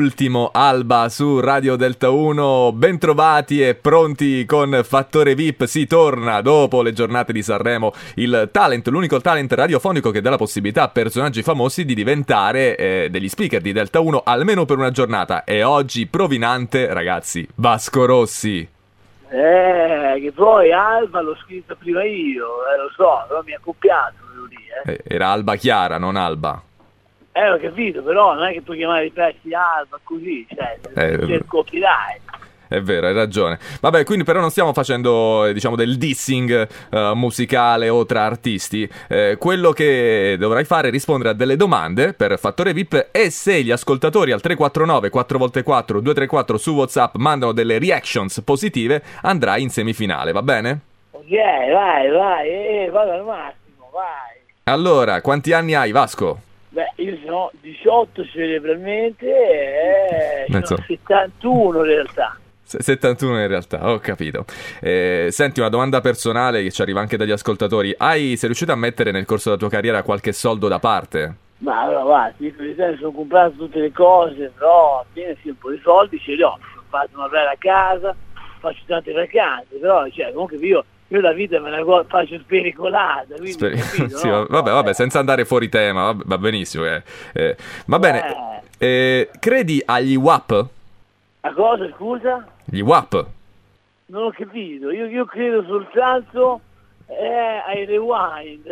ultimo Alba su Radio Delta 1. Bentrovati e pronti con Fattore VIP. Si torna dopo le giornate di Sanremo. Il talent, l'unico talent radiofonico che dà la possibilità a personaggi famosi di diventare degli speaker di Delta 1 almeno per una giornata. E oggi provinante, ragazzi, Vasco Rossi. Che poi Alba l'ho scritto prima io, lo so, però mi ha copiato, devo dire. Era Alba Chiara, non Alba. Ho capito, però non è che puoi chiamare i pezzi Alba così, cioè, c'è il copyright. È vero, hai ragione. Vabbè, quindi però non stiamo facendo, diciamo, del dissing musicale o tra artisti. Quello che dovrai fare è rispondere a delle domande per Fattore VIP, e se gli ascoltatori al 349 4x4 234 su WhatsApp mandano delle reactions positive, andrai in semifinale, va bene? Ok, vai, vado al massimo, vai. Allora, quanti anni hai, Vasco? Beh, io sono 18 cerebralmente e sono 71 in realtà. 71 in realtà, ho capito. Senti, una domanda personale che ci arriva anche dagli ascoltatori. Sei riuscito a mettere nel corso della tua carriera qualche soldo da parte? Ma allora va, sono comprato tutte le cose, però appena sì, un po' di soldi ce li ho. Ho fatto una bella casa, faccio tante vacanze, però cioè, comunque io la vita me la faccio spericolata, quindi capito, sì, no? vabbè, senza andare fuori tema, va benissimo. Va bene, credi agli WAP? A cosa, scusa? Gli WAP? Non ho capito, io credo soltanto ai rewind.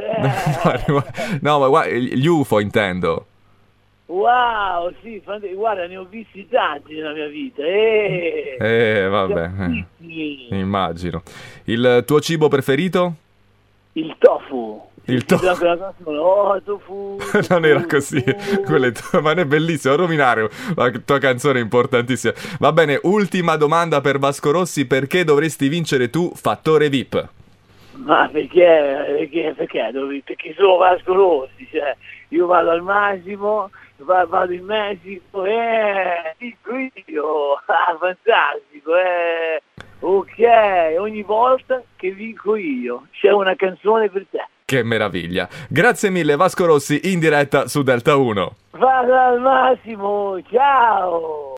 No, ma gli UFO intendo. Wow, sì, guarda, ne ho visti tanti nella mia vita. Vabbè, immagino. Il tuo cibo preferito? Il tofu. Il tofu. Tofu. Non era così, ma è bellissimo, a rovinare la tua canzone importantissima. Va bene, ultima domanda per Vasco Rossi: perché dovresti vincere tu Fattore VIP? Ma perché sono Vasco Rossi, cioè, io vado al massimo, vado in Messico, dico io, fantastico, ok, ogni volta che vinco io c'è una canzone per te. Che meraviglia. Grazie mille Vasco Rossi in diretta su Delta 1. Vado al massimo, ciao!